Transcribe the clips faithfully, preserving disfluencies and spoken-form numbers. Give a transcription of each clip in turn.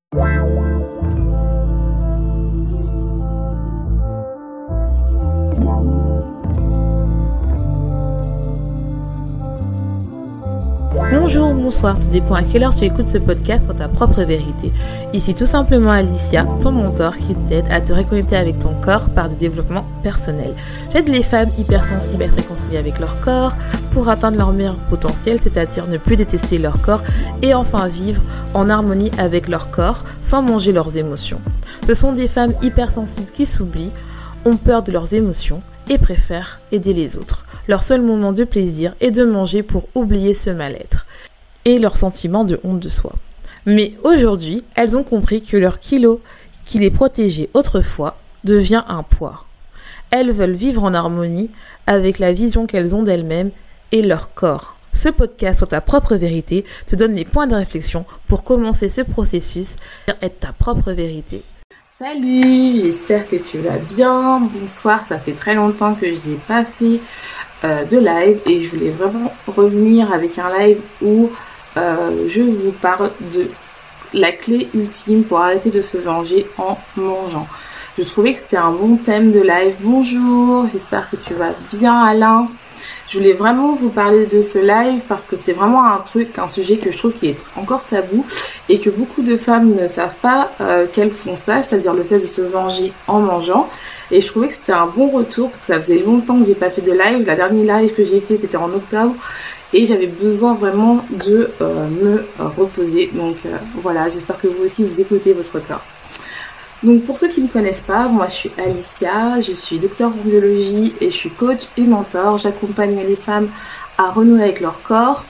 Bonjour, bonsoir, tout dépend à quelle heure tu écoutes ce podcast sur ta propre vérité. Ici tout simplement Alicia, ton mentor qui t'aide à te reconnecter avec ton corps par du développement personnel. J'aide les femmes hypersensibles à être réconciliées avec leur corps pour atteindre leur meilleur potentiel, c'est-à-dire ne plus détester leur corps et enfin vivre en harmonie avec leur corps sans manger leurs émotions. Ce sont des femmes hypersensibles qui s'oublient, ont peur de leurs émotions et préfèrent aider les autres. Leur seul moment de plaisir est de manger pour oublier ce mal-être et leur sentiment de honte de soi. Mais aujourd'hui, elles ont compris que leur kilo qui les protégeait autrefois devient un poids. Elles veulent vivre en harmonie avec la vision qu'elles ont d'elles-mêmes et leur corps. Ce podcast sur ta propre vérité te donne les points de réflexion pour commencer ce processus et être ta propre vérité. Salut, j'espère que tu vas bien. Bonsoir, ça fait très longtemps que je n'ai pas fait euh, de live et je voulais vraiment revenir avec un live où euh, je vous parle de la clé ultime pour arrêter de se venger en mangeant. Je trouvais que c'était un bon thème de live. Bonjour, j'espère que tu vas bien Alain. Je voulais vraiment vous parler de ce live parce que c'est vraiment un truc, un sujet que je trouve qui est encore tabou et que beaucoup de femmes ne savent pas euh, qu'elles font ça, c'est-à-dire le fait de se venger en mangeant. Et je trouvais que c'était un bon retour parce que ça faisait longtemps que j'ai pas fait de live. La dernière live que j'ai fait c'était en octobre et j'avais besoin vraiment de euh, me reposer. Donc euh, voilà, j'espère que vous aussi vous écoutez votre corps. Donc pour ceux qui ne me connaissent pas, moi je suis Alicia, je suis docteur en biologie et je suis coach et mentor. J'accompagne les femmes à renouer avec leur corps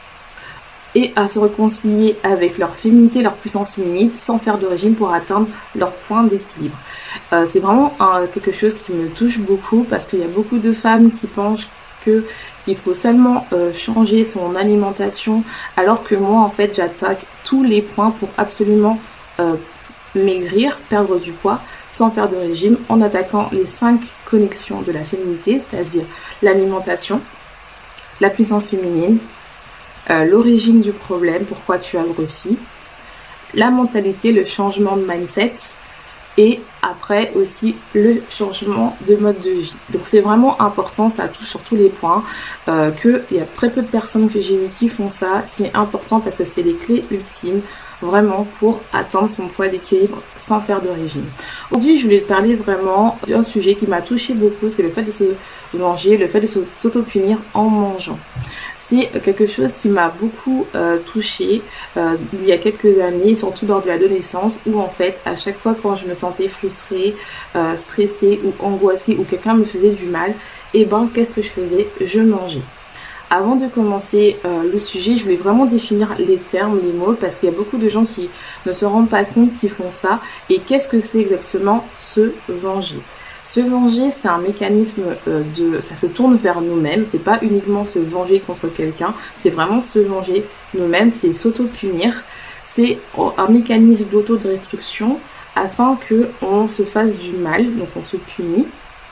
et à se réconcilier avec leur féminité, leur puissance féminine sans faire de régime pour atteindre leur point d'équilibre. Euh, c'est vraiment euh, quelque chose qui me touche beaucoup parce qu'il y a beaucoup de femmes qui pensent que qu'il faut seulement euh, changer son alimentation alors que moi en fait j'attaque tous les points pour absolument euh, maigrir, perdre du poids sans faire de régime en attaquant les cinq connexions de la féminité, c'est-à-dire l'alimentation, la puissance féminine, euh, l'origine du problème, pourquoi tu as grossi, la mentalité, le changement de mindset et après aussi le changement de mode de vie. Donc c'est vraiment important, ça touche sur tous les points, euh, qu'il y a très peu de personnes que j'ai vues qui font ça. C'est important parce que c'est les clés ultimes vraiment pour atteindre son poids d'équilibre sans faire de régime. Aujourd'hui, je voulais te parler vraiment d'un sujet qui m'a touché beaucoup, c'est le fait de se venger, le fait de s'auto-punir en mangeant. C'est quelque chose qui m'a beaucoup euh, touchée euh, il y a quelques années, surtout lors de l'adolescence, où en fait, à chaque fois quand je me sentais frustrée, euh, stressée ou angoissée, ou quelqu'un me faisait du mal, et ben qu'est-ce que je faisais? Je mangeais. Avant de commencer euh, le sujet, je voulais vraiment définir les termes, les mots, parce qu'il y a beaucoup de gens qui ne se rendent pas compte qu'ils font ça. Et qu'est-ce que c'est exactement se venger? Se venger, c'est un mécanisme euh, de... ça se tourne vers nous-mêmes, c'est pas uniquement se venger contre quelqu'un, c'est vraiment se venger nous-mêmes, c'est s'auto-punir. C'est un mécanisme d'auto-destruction afin qu'on se fasse du mal, donc on se punit.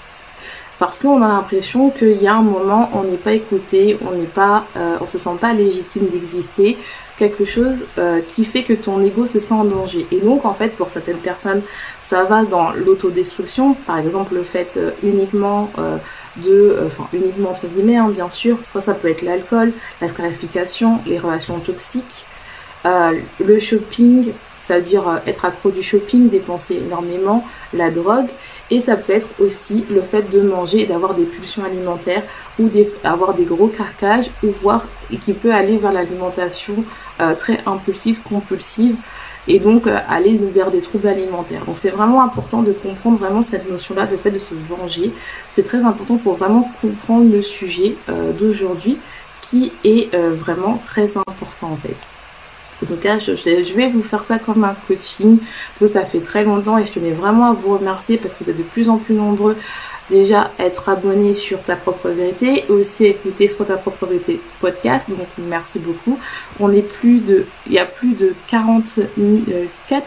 Parce qu'on a l'impression qu'il y a un moment, on n'est pas écouté, on n'est pas, euh, on se sent pas légitime d'exister, quelque chose euh, qui fait que ton ego se sent en danger. Et donc en fait, pour certaines personnes, ça va dans l'autodestruction, par exemple le fait euh, uniquement euh, de, enfin euh, uniquement entre guillemets, hein, bien sûr, soit ça peut être l'alcool, la scarification, les relations toxiques, euh, le shopping, c'est-à-dire euh, être accro du shopping, dépenser énormément, la drogue, et ça peut être aussi le fait de manger et d'avoir des pulsions alimentaires ou des, avoir des gros craquages ou voir et qui peut aller vers l'alimentation euh, très impulsive, compulsive et donc euh, aller vers des troubles alimentaires. Donc c'est vraiment important de comprendre vraiment cette notion-là, le fait de se venger. C'est très important pour vraiment comprendre le sujet euh, d'aujourd'hui qui est euh, vraiment très important en fait. En tout cas, je, je vais vous faire ça comme un coaching. Donc, ça fait très longtemps et je tenais vraiment à vous remercier parce que vous êtes de plus en plus nombreux déjà à être abonnés sur Ta Propre Vérité et aussi à écouter sur Ta Propre Vérité podcast. Donc, merci beaucoup. On est plus de, il y a plus de quarante mille,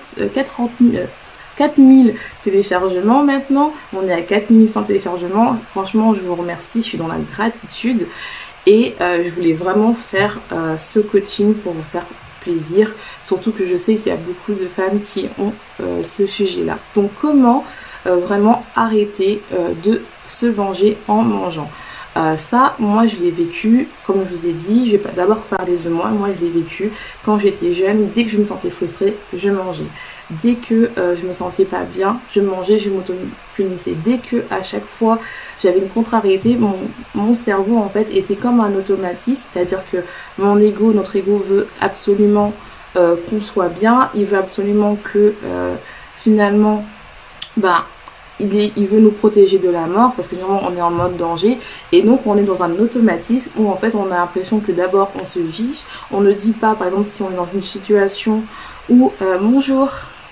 quatre mille téléchargements maintenant. On est à quatre mille cent téléchargements. Franchement, je vous remercie. Je suis dans la gratitude. Et euh, je voulais vraiment faire euh, ce coaching pour vous faire plaisir, surtout que je sais qu'il y a beaucoup de femmes qui ont euh, ce sujet-là. Donc comment euh, vraiment arrêter euh, de se venger en mangeant? Euh, ça, moi je l'ai vécu, comme je vous ai dit, je vais d'abord parler de moi, moi je l'ai vécu quand j'étais jeune. Dès que je me sentais frustrée, je mangeais. Dès que euh, je me sentais pas bien, je mangeais, je m'auto-punissais. Dès que à chaque fois j'avais une contrariété, mon, mon cerveau en fait était comme un automatisme, c'est-à-dire que mon ego, notre ego veut absolument euh, qu'on soit bien, il veut absolument que euh, finalement, bah Il, est, il veut nous protéger de la mort parce que normalement on est en mode danger et donc on est dans un automatisme où en fait on a l'impression que d'abord on se vige, on ne dit pas, par exemple si on est dans une situation où euh, bonjour,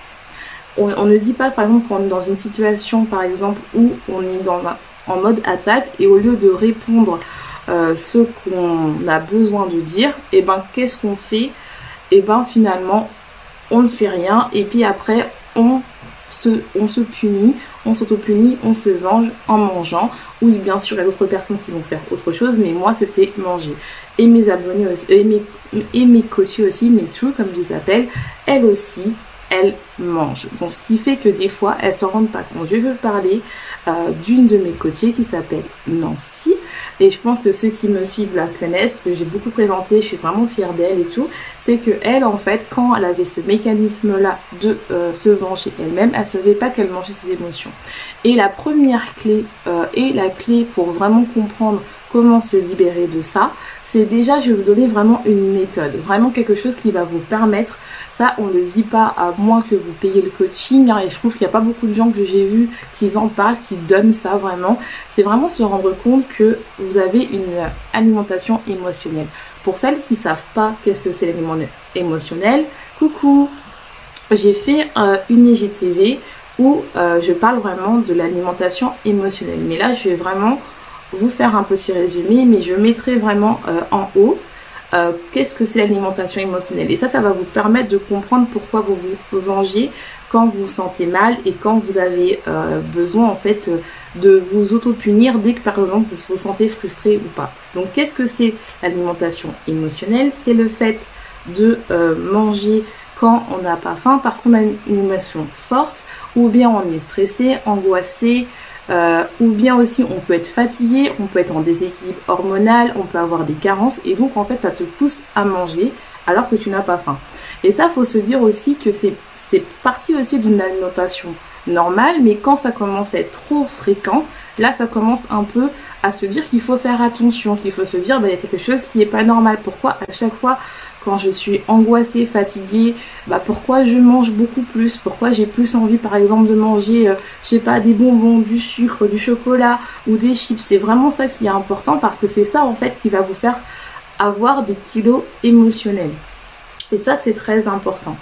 on, on ne dit pas par exemple qu'on est dans une situation par exemple où on est dans un, en mode attaque et au lieu de répondre euh, ce qu'on a besoin de dire, et ben qu'est-ce qu'on fait? Et ben finalement on ne fait rien et puis après on Se, on se punit, on s'auto-punit, on se venge en mangeant. Oui, bien sûr, il y a d'autres personnes qui vont faire autre chose, mais moi, c'était manger. Et mes abonnés aussi, et mes, et mes coachés aussi, mes true, comme je les appelle, elles aussi, elles mangent. Donc, ce qui fait que des fois, elles s'en rendent pas compte. Je veux parler euh, d'une de mes coachées qui s'appelle Nancy. Et je pense que ceux qui me suivent la connaissent, parce que j'ai beaucoup présenté, je suis vraiment fière d'elle et tout. C'est que elle, en fait, quand elle avait ce mécanisme-là de euh, se venger elle-même, elle savait pas qu'elle mangeait ses émotions. Et la première clé, euh, et la clé pour vraiment comprendre comment se libérer de ça, c'est déjà, je vais vous donner vraiment une méthode, vraiment quelque chose qui va vous permettre, ça on ne le dit pas à moins que vous payez le coaching, hein, et je trouve qu'il n'y a pas beaucoup de gens que j'ai vus qui en parlent, qui donnent ça vraiment, c'est vraiment se rendre compte que vous avez une alimentation émotionnelle. Pour celles qui ne savent pas qu'est-ce que c'est l'alimentation émotionnelle, coucou, j'ai fait euh, une I G T V où euh, je parle vraiment de l'alimentation émotionnelle, mais là je vais vraiment vous faire un petit résumé, mais je mettrai vraiment euh, en haut euh, qu'est-ce que c'est l'alimentation émotionnelle. Et ça, ça va vous permettre de comprendre pourquoi vous vous vengez quand vous vous sentez mal et quand vous avez euh, besoin en fait de vous auto-punir dès que par exemple vous vous sentez frustré ou pas. Donc qu'est-ce que c'est l'alimentation émotionnelle? C'est le fait de euh, manger quand on n'a pas faim parce qu'on a une, une émotion forte, ou bien on est stressé, angoissé, Euh, ou bien aussi on peut être fatigué, on peut être en déséquilibre hormonal, on peut avoir des carences et donc en fait ça te pousse à manger alors que tu n'as pas faim. Et ça, faut se dire aussi que c'est c'est partie aussi d'une alimentation normale, mais quand ça commence à être trop fréquent, là ça commence un peu à se dire qu'il faut faire attention, qu'il faut se dire bah, il y a quelque chose qui est pas normal. Pourquoi à chaque fois quand je suis angoissée, fatiguée, bah pourquoi je mange beaucoup plus? Pourquoi j'ai plus envie par exemple de manger, euh, je sais pas, des bonbons, du sucre, du chocolat ou des chips? C'est vraiment ça qui est important parce que c'est ça en fait qui va vous faire avoir des kilos émotionnels. Et ça c'est très important.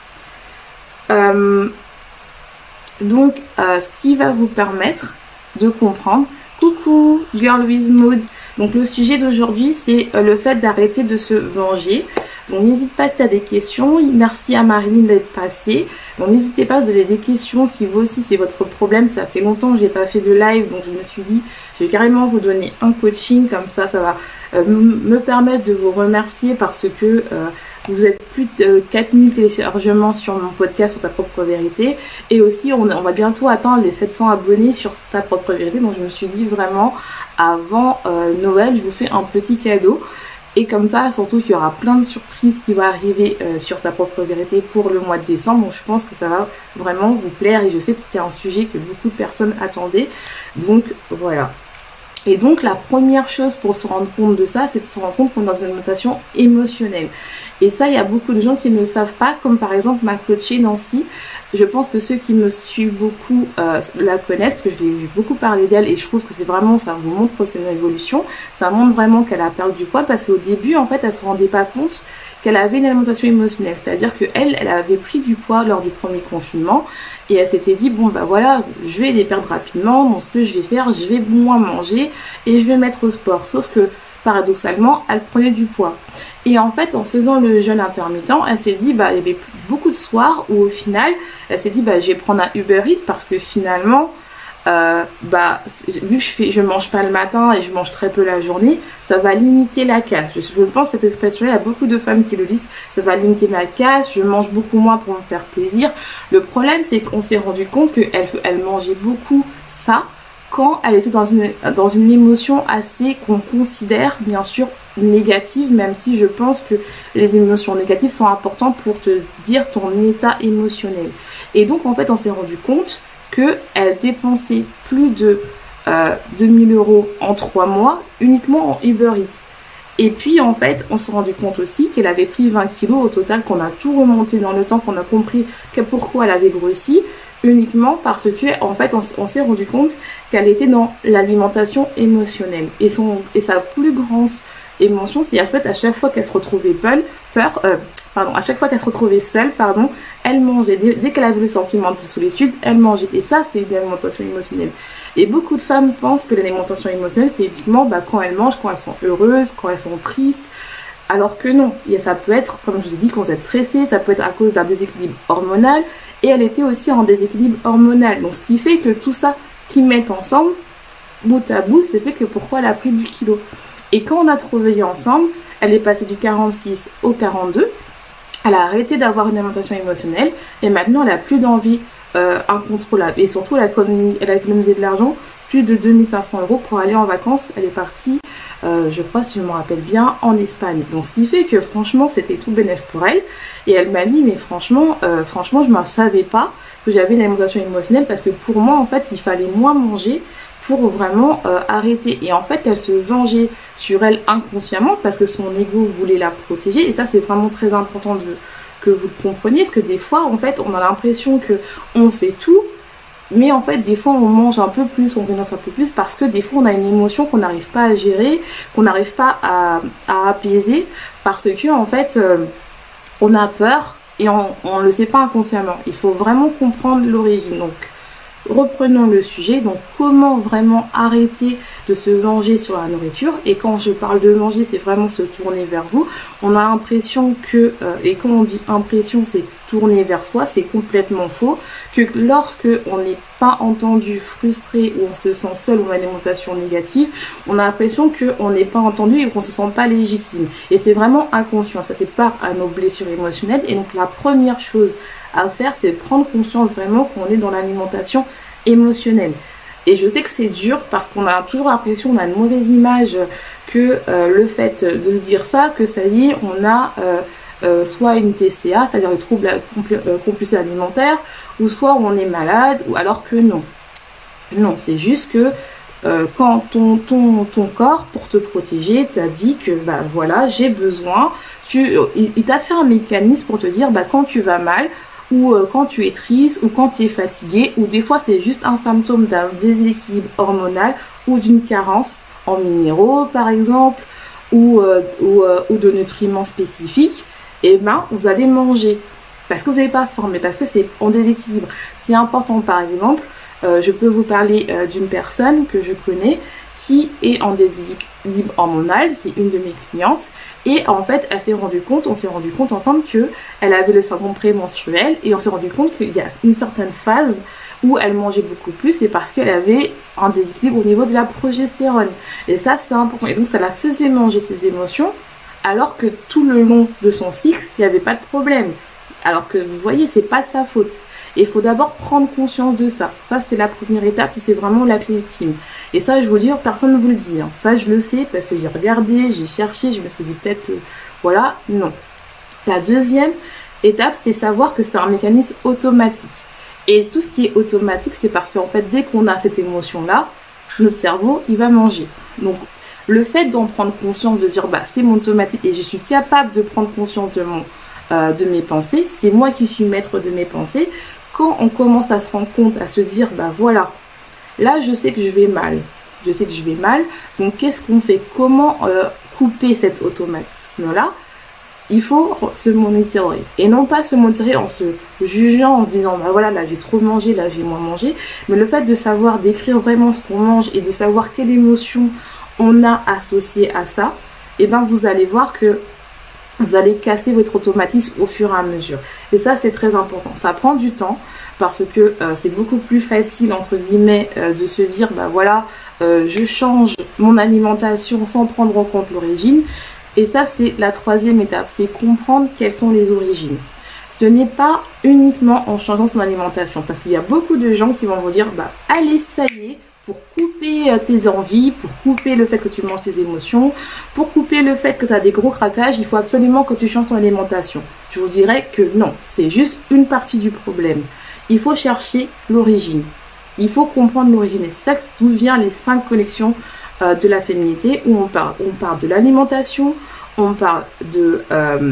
Euh, donc euh, ce qui va vous permettre de comprendre. Coucou Girl with Mood. Donc le sujet d'aujourd'hui c'est euh, le fait d'arrêter de se venger. Donc n'hésite pas si tu as des questions. Merci à Marilyn d'être passée. Donc n'hésitez pas, vous avez des questions si vous aussi c'est votre problème. Ça fait longtemps que j'ai pas fait de live, donc je me suis dit je vais carrément vous donner un coaching comme ça, ça va euh, me permettre de vous remercier parce que euh, vous êtes plus de quatre mille téléchargements sur mon podcast sur ta propre vérité. Et aussi, on, on va bientôt atteindre les sept cents abonnés sur ta propre vérité. Donc, je me suis dit vraiment, avant euh, Noël, je vous fais un petit cadeau. Et comme ça, surtout qu'il y aura plein de surprises qui vont arriver euh, sur ta propre vérité pour le mois de décembre. Donc, je pense que ça va vraiment vous plaire. Et je sais que c'était un sujet que beaucoup de personnes attendaient. Donc, voilà. Et donc, la première chose pour se rendre compte de ça, c'est de se rendre compte qu'on est dans une alimentation émotionnelle. Et ça, il y a beaucoup de gens qui ne le savent pas, comme par exemple ma coachée Nancy. Je pense que ceux qui me suivent beaucoup euh, la connaissent, parce que je l'ai beaucoup parlé d'elle et je trouve que c'est vraiment, ça vous montre que c'est une évolution. Ça montre vraiment qu'elle a perdu du poids parce qu'au début, en fait, elle se rendait pas compte qu'elle avait une alimentation émotionnelle. C'est-à-dire qu'elle, elle avait pris du poids lors du premier confinement et elle s'était dit, bon, bah voilà, je vais les perdre rapidement. Donc, ce que je vais faire, je vais moins manger et je vais mettre au sport. Sauf que, paradoxalement, elle prenait du poids. Et en fait, en faisant le jeûne intermittent, elle s'est dit, bah, il y avait beaucoup de soirs où au final, elle s'est dit, bah, je vais prendre un Uber Eats parce que finalement, euh, bah vu que je fais je mange pas le matin et je mange très peu la journée, ça va limiter la casse. Je, je pense que cette expression, il y a beaucoup de femmes qui le disent, ça va limiter ma casse, je mange beaucoup moins pour me faire plaisir. Le problème, c'est qu'on s'est rendu compte qu'elle elle mangeait beaucoup ça quand elle était dans une dans une émotion assez qu'on considère bien sûr négative, même si je pense que les émotions négatives sont importantes pour te dire ton état émotionnel. Et donc en fait, on s'est rendu compte que elle dépensait plus de euh, deux mille euros en trois mois uniquement en Uber Eats. Et puis en fait, on s'est rendu compte aussi qu'elle avait pris vingt kilos au total, qu'on a tout remonté dans le temps, qu'on a compris que pourquoi elle avait grossi, uniquement parce que en fait, on, on s'est rendu compte qu'elle était dans l'alimentation émotionnelle. Et son et sa plus grande émotion, c'est en fait à chaque fois qu'elle se retrouvait peur, peur euh, pardon, à chaque fois qu'elle se retrouvait seule, pardon, elle mangeait. Dès, dès qu'elle avait le sentiment de solitude, elle mangeait. Et ça, c'est une alimentation émotionnelle. Et beaucoup de femmes pensent que l'alimentation émotionnelle, c'est uniquement bah, quand elles mangent, quand elles sont heureuses, quand elles sont tristes. Alors que non, ça peut être, comme je vous ai dit, quand vous êtes stressée, ça peut être à cause d'un déséquilibre hormonal. Et elle était aussi en déséquilibre hormonal. Donc, ce qui fait que tout ça qui met ensemble, bout à bout, c'est fait que pourquoi elle a pris du kilo. Et quand on a travaillé ensemble, elle est passée du quarante-six au quarante-deux. Elle a arrêté d'avoir une alimentation émotionnelle et maintenant elle a plus d'envie euh, incontrôlable. Et surtout, elle a économisé, elle a économisé de l'argent, plus de deux mille cinq cents euros pour aller en vacances. Elle est partie, euh, je crois, si je me rappelle bien, en Espagne. Donc, ce qui fait que franchement, c'était tout bénéf pour elle. Et elle m'a dit, mais franchement, euh, franchement, je ne savais pas que j'avais une alimentation émotionnelle parce que pour moi, en fait, il fallait moins manger pour vraiment euh, arrêter. Et en fait, elle se vengeait sur elle inconsciemment parce que son ego voulait la protéger. Et ça, c'est vraiment très important de, que vous le compreniez. Parce que des fois, en fait, on a l'impression que on fait tout. Mais en fait, des fois, on mange un peu plus, on renonce un peu plus parce que des fois, on a une émotion qu'on n'arrive pas à gérer, qu'on n'arrive pas à, à apaiser parce que, en fait, euh, on a peur et on ne le sait pas inconsciemment. Il faut vraiment comprendre l'origine. Donc, reprenons le sujet. Donc, comment vraiment arrêter de se venger sur la nourriture? Et quand je parle de manger, c'est vraiment se tourner vers vous. On a l'impression que, euh, et quand on dit impression, c'est tourner vers soi, c'est complètement faux. Que lorsque on n'est pas entendu, frustré, ou on se sent seul ou une alimentation négative, on a l'impression qu'on n'est pas entendu et qu'on se sent pas légitime. Et c'est vraiment inconscient. Ça fait part à nos blessures émotionnelles. Et donc, la première chose à faire, c'est prendre conscience vraiment qu'on est dans l'alimentation émotionnelle. Et je sais que c'est dur parce qu'on a toujours l'impression, on a une mauvaise image que euh, le fait de se dire ça, que ça y est, on a euh, euh, soit une T C A, c'est-à-dire les troubles euh, compulsifs alimentaires, ou soit on est malade, ou alors que non. Non, c'est juste que euh, quand ton, ton, ton corps, pour te protéger, t'a dit que bah voilà, j'ai besoin, tu, il, il t'a fait un mécanisme pour te dire bah quand tu vas mal, ou euh, quand tu es triste, ou quand tu es fatigué, ou des fois c'est juste un symptôme d'un déséquilibre hormonal ou d'une carence en minéraux par exemple, ou, euh, ou, euh, ou de nutriments spécifiques, et ben vous allez manger parce que vous n'avez pas faim, mais parce que c'est en déséquilibre. C'est important. Par exemple, euh, je peux vous parler euh, d'une personne que je connais qui est en déséquilibre hormonal, c'est une de mes clientes, et en fait, elle s'est rendue compte, on s'est rendu compte ensemble que elle avait le syndrome prémenstruel, et on s'est rendu compte qu'il y a une certaine phase où elle mangeait beaucoup plus, et parce qu'elle avait un déséquilibre au niveau de la progestérone. Et ça, c'est important. Et donc, ça la faisait manger ses émotions, alors que tout le long de son cycle, il n'y avait pas de problème. Alors que vous voyez, c'est pas sa faute. Et il faut d'abord prendre conscience de ça. Ça, c'est la première étape et c'est vraiment la clé ultime. Et ça, je vous le dis, personne ne vous le dit. Hein. Ça, je le sais parce que j'ai regardé, j'ai cherché, je me suis dit peut-être que, voilà, non. La deuxième étape, c'est savoir que c'est un mécanisme automatique. Et tout ce qui est automatique, c'est parce qu'en fait, dès qu'on a cette émotion-là, notre cerveau, il va manger. Donc, le fait d'en prendre conscience, de dire, bah, c'est mon automatique et je suis capable de prendre conscience de mon Euh, de mes pensées, c'est moi qui suis maître de mes pensées. Quand on commence à se rendre compte, à se dire, bah voilà, là je sais que je vais mal, je sais que je vais mal, donc qu'est-ce qu'on fait? Comment euh, couper cet automatisme-là? Il faut se monitorer, et non pas se monitorer en se jugeant, en se disant, bah voilà, là j'ai trop mangé, là j'ai moins mangé, mais le fait de savoir décrire vraiment ce qu'on mange et de savoir quelle émotion on a associée à ça, et ben vous allez voir que vous allez casser votre automatisme au fur et à mesure. Et ça, c'est très important. Ça prend du temps parce que euh, c'est beaucoup plus facile, entre guillemets, euh, de se dire, bah voilà, euh, je change mon alimentation sans prendre en compte l'origine. Et ça, c'est la troisième étape, c'est comprendre quelles sont les origines. Ce n'est pas uniquement en changeant son alimentation, parce qu'il y a beaucoup de gens qui vont vous dire, bah allez, ça y est, pour couper tes envies, pour couper le fait que tu manges tes émotions, pour couper le fait que tu as des gros craquages, il faut absolument que tu changes ton alimentation. Je vous dirais que non, c'est juste une partie du problème. Il faut chercher l'origine. Il faut comprendre l'origine. Et c'est ça d'où viennent les cinq connexions euh, de la féminité, où on parle, on parle de l'alimentation, on parle de, euh,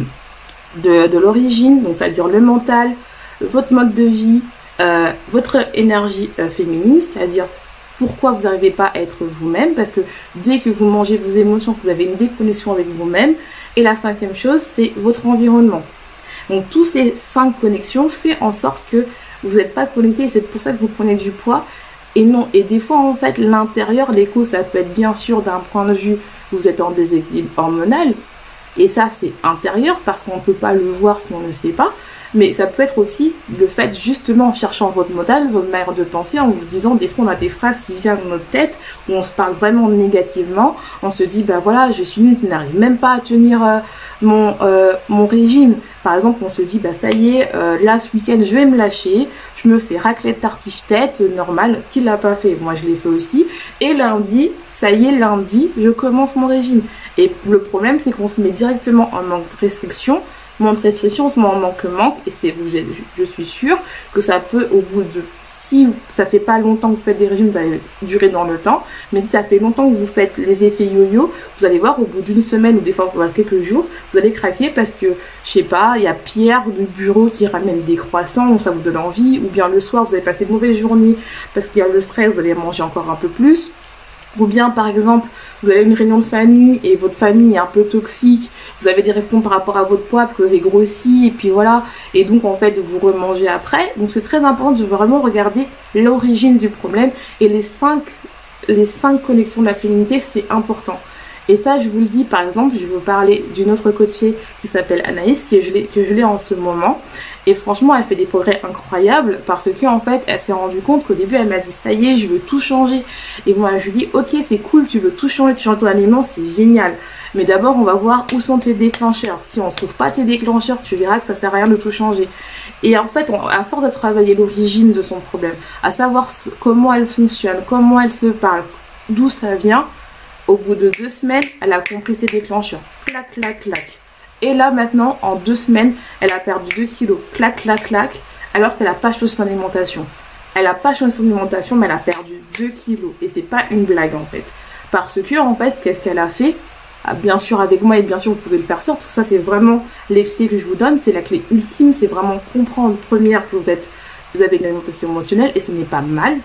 de, de l'origine, donc c'est-à-dire le mental, votre mode de vie, euh, votre énergie euh, féminine, c'est-à-dire pourquoi vous n'arrivez pas à être vous-même, parce que dès que vous mangez vos émotions, vous avez une déconnexion avec vous-même. Et la cinquième chose, c'est votre environnement. Donc, tous ces cinq connexions font en sorte que vous n'êtes pas connecté, et c'est pour ça que vous prenez du poids. Et non, et des fois, en fait, l'intérieur, l'écho, ça peut être bien sûr d'un point de vue, vous êtes en déséquilibre hormonal. Et ça, c'est intérieur parce qu'on ne peut pas le voir si on ne le sait pas. Mais ça peut être aussi le fait, justement, en cherchant votre modèle, votre manière de penser, en vous disant, des fois, on a des phrases qui viennent de notre tête, où on se parle vraiment négativement. On se dit, ben voilà, je suis nulle, je n'arrive même pas à tenir euh, mon, euh, mon régime. Par exemple, on se dit, bah ça y est, euh, là, ce week-end, je vais me lâcher. Je me fais raclette tartiflette, euh, normal. Qui l'a pas fait? Moi, je l'ai fait aussi. Et lundi, ça y est, lundi, je commence mon régime. Et le problème, c'est qu'on se met directement en manque de restriction. Manque de restriction, on se met en manque-manque. Et c'est, je, je suis sûre que ça peut, au bout de, si ça fait pas longtemps que vous faites des régimes, vous allez durer dans le temps. Mais si ça fait longtemps que vous faites les effets yo-yo, vous allez voir, au bout d'une semaine ou des fois quelques jours, vous allez craquer parce que, je sais pas, il y a Pierre du bureau qui ramène des croissants, ça vous donne envie. Ou bien le soir, vous avez passé une mauvaise journée parce qu'il y a le stress, vous allez manger encore un peu plus. Ou bien, par exemple, vous avez une réunion de famille et votre famille est un peu toxique. Vous avez des réponses par rapport à votre poids parce que vous avez grossi et puis voilà. Et donc, en fait, vous remangez après. Donc, c'est très important de vraiment regarder l'origine du problème. Et les cinq, les cinq connexions de la féminité, c'est important. Et ça, je vous le dis, par exemple, je vais vous parler d'une autre coachée qui s'appelle Anaïs, que je l'ai, que je l'ai en ce moment. Et franchement, elle fait des progrès incroyables parce que, en fait, elle s'est rendue compte qu'au début, elle m'a dit, ça y est, je veux tout changer. Et moi, je lui dis, ok, c'est cool, tu veux tout changer, tu changes ton aliment, c'est génial. Mais d'abord, on va voir où sont tes déclencheurs. Si on ne trouve pas tes déclencheurs, tu verras que ça sert à rien de tout changer. Et en fait, on, à force de travailler l'origine de son problème, à savoir comment elle fonctionne, comment elle se parle, d'où ça vient, au bout de deux semaines, elle a compris ses déclencheurs. Clac, clac, clac. Et là, maintenant, en deux semaines, elle a perdu deux kilos. Clac, clac, clac. Alors qu'elle n'a pas changé son alimentation. Elle n'a pas changé son alimentation, mais elle a perdu deux kilos. Et c'est pas une blague, en fait. Parce que, en fait, qu'est-ce qu'elle a fait? Ah, bien sûr, avec moi, et bien sûr, vous pouvez le faire seul. Parce que ça, c'est vraiment les clés que je vous donne. C'est la clé ultime. C'est vraiment comprendre, première, que vous êtes, vous avez une alimentation émotionnelle. Et ce n'est pas mal.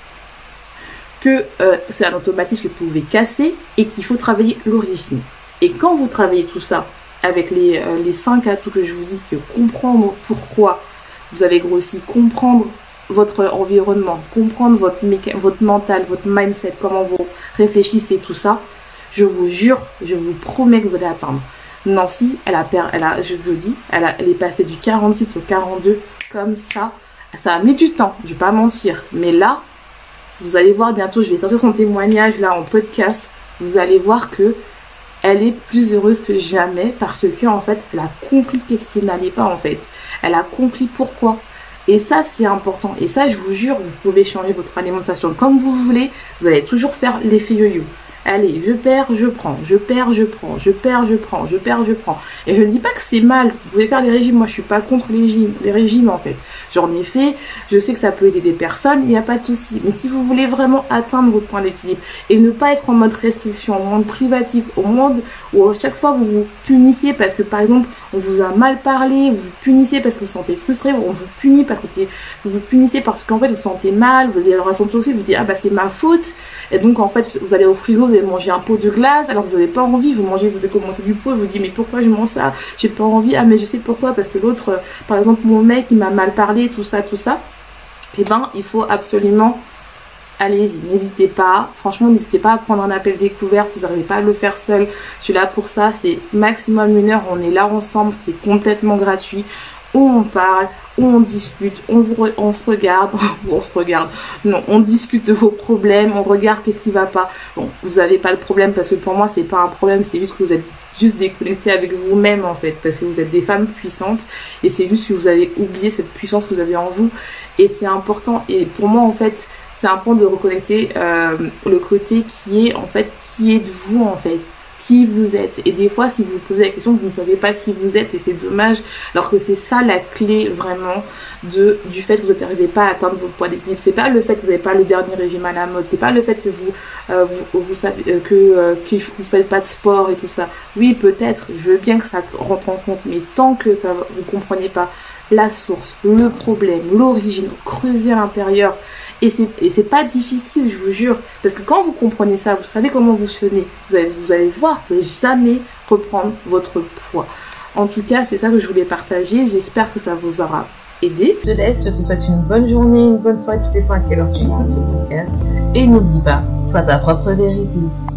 Que euh, c'est un automatisme que vous pouvez casser et qu'il faut travailler l'origine. Et quand vous travaillez tout ça avec les, euh, les cinq atouts que je vous dis, que comprendre pourquoi vous avez grossi, comprendre votre environnement, comprendre votre, méca- votre mental, votre mindset, comment vous réfléchissez, tout ça, je vous jure, je vous promets que vous allez atteindre. Nancy, elle a, per- elle a je vous dis, elle, a, elle est passée du quarante-six au quarante-deux comme ça. Ça a mis du temps, je vais pas mentir. Mais là, vous allez voir bientôt, je vais sortir son témoignage là en podcast. Vous allez voir que elle est plus heureuse que jamais parce que en fait, elle a compris qu'est-ce qui n'allait pas en fait. Elle a compris pourquoi. Et ça, c'est important. Et ça, je vous jure, vous pouvez changer votre alimentation comme vous voulez. Vous allez toujours faire l'effet yo-yo. Allez, je perds, je prends, je perds, je prends, je perds, je prends, je perds, je prends. Et je ne dis pas que c'est mal, vous pouvez faire des régimes, moi je suis pas contre les régimes, les régimes en fait. J'en ai fait, je sais que ça peut aider des personnes, il n'y a pas de souci. Mais si vous voulez vraiment atteindre votre point d'équilibre et ne pas être en mode restriction, en mode privatif, au mode où à chaque fois vous vous punissez parce que par exemple on vous a mal parlé, vous vous punissez parce que vous vous sentez frustré, on vous punit parce que vous vous punissez parce qu'en fait vous vous sentez mal, vous avez une relation toxique, vous dites ah bah c'est ma faute. Et donc en fait vous allez au frigo, vous allez manger un pot de glace alors que vous n'avez pas envie, vous mangez, vous avez commencé du pot, vous dites mais pourquoi je mange ça, j'ai pas envie, ah mais je sais pourquoi, parce que l'autre, euh, par exemple mon mec il m'a mal parlé, tout ça, tout ça. Et ben il faut absolument allez-y, n'hésitez pas. Franchement, n'hésitez pas à prendre un appel découverte si vous n'arrivez pas à le faire seul. Je suis là pour ça, c'est maximum une heure, on est là ensemble, c'est complètement gratuit. Où on parle, où on discute, on, vous re- on se regarde, on se regarde, non, on discute de vos problèmes, on regarde qu'est-ce qui va pas. Bon, vous avez pas de problème parce que pour moi c'est pas un problème, c'est juste que vous êtes juste déconnecté avec vous-même en fait, parce que vous êtes des femmes puissantes et c'est juste que vous avez oublié cette puissance que vous avez en vous et c'est important. Et pour moi en fait, c'est important de reconnecter euh, le côté qui est en fait, qui êtes-vous en fait, qui vous êtes. Et des fois, si vous vous posez la question, vous ne savez pas qui vous êtes et c'est dommage, alors que c'est ça la clé vraiment de du fait que vous n'arrivez pas à atteindre votre poids d'équilibre. C'est pas le fait que vous n'avez pas le dernier régime à la mode, c'est pas le fait que vous euh, vous, vous savez euh, que euh, que vous faites pas de sport et tout ça. Oui, peut-être, je veux bien que ça rentre en compte, mais tant que ça vous comprenez pas la source, le problème, l'origine, creusez à l'intérieur. Et c'est, et c'est pas difficile, je vous jure. Parce que quand vous comprenez ça, vous savez comment vous fonctionnez. Vous allez, vous allez voir, vous n'allez jamais reprendre votre poids. En tout cas, c'est ça que je voulais partager. J'espère que ça vous aura aidé. Je te laisse, je te souhaite une bonne journée, une bonne soirée. Tu dépends à quelle heure tu écoutes ce podcast. Et n'oublie pas, sois ta propre vérité.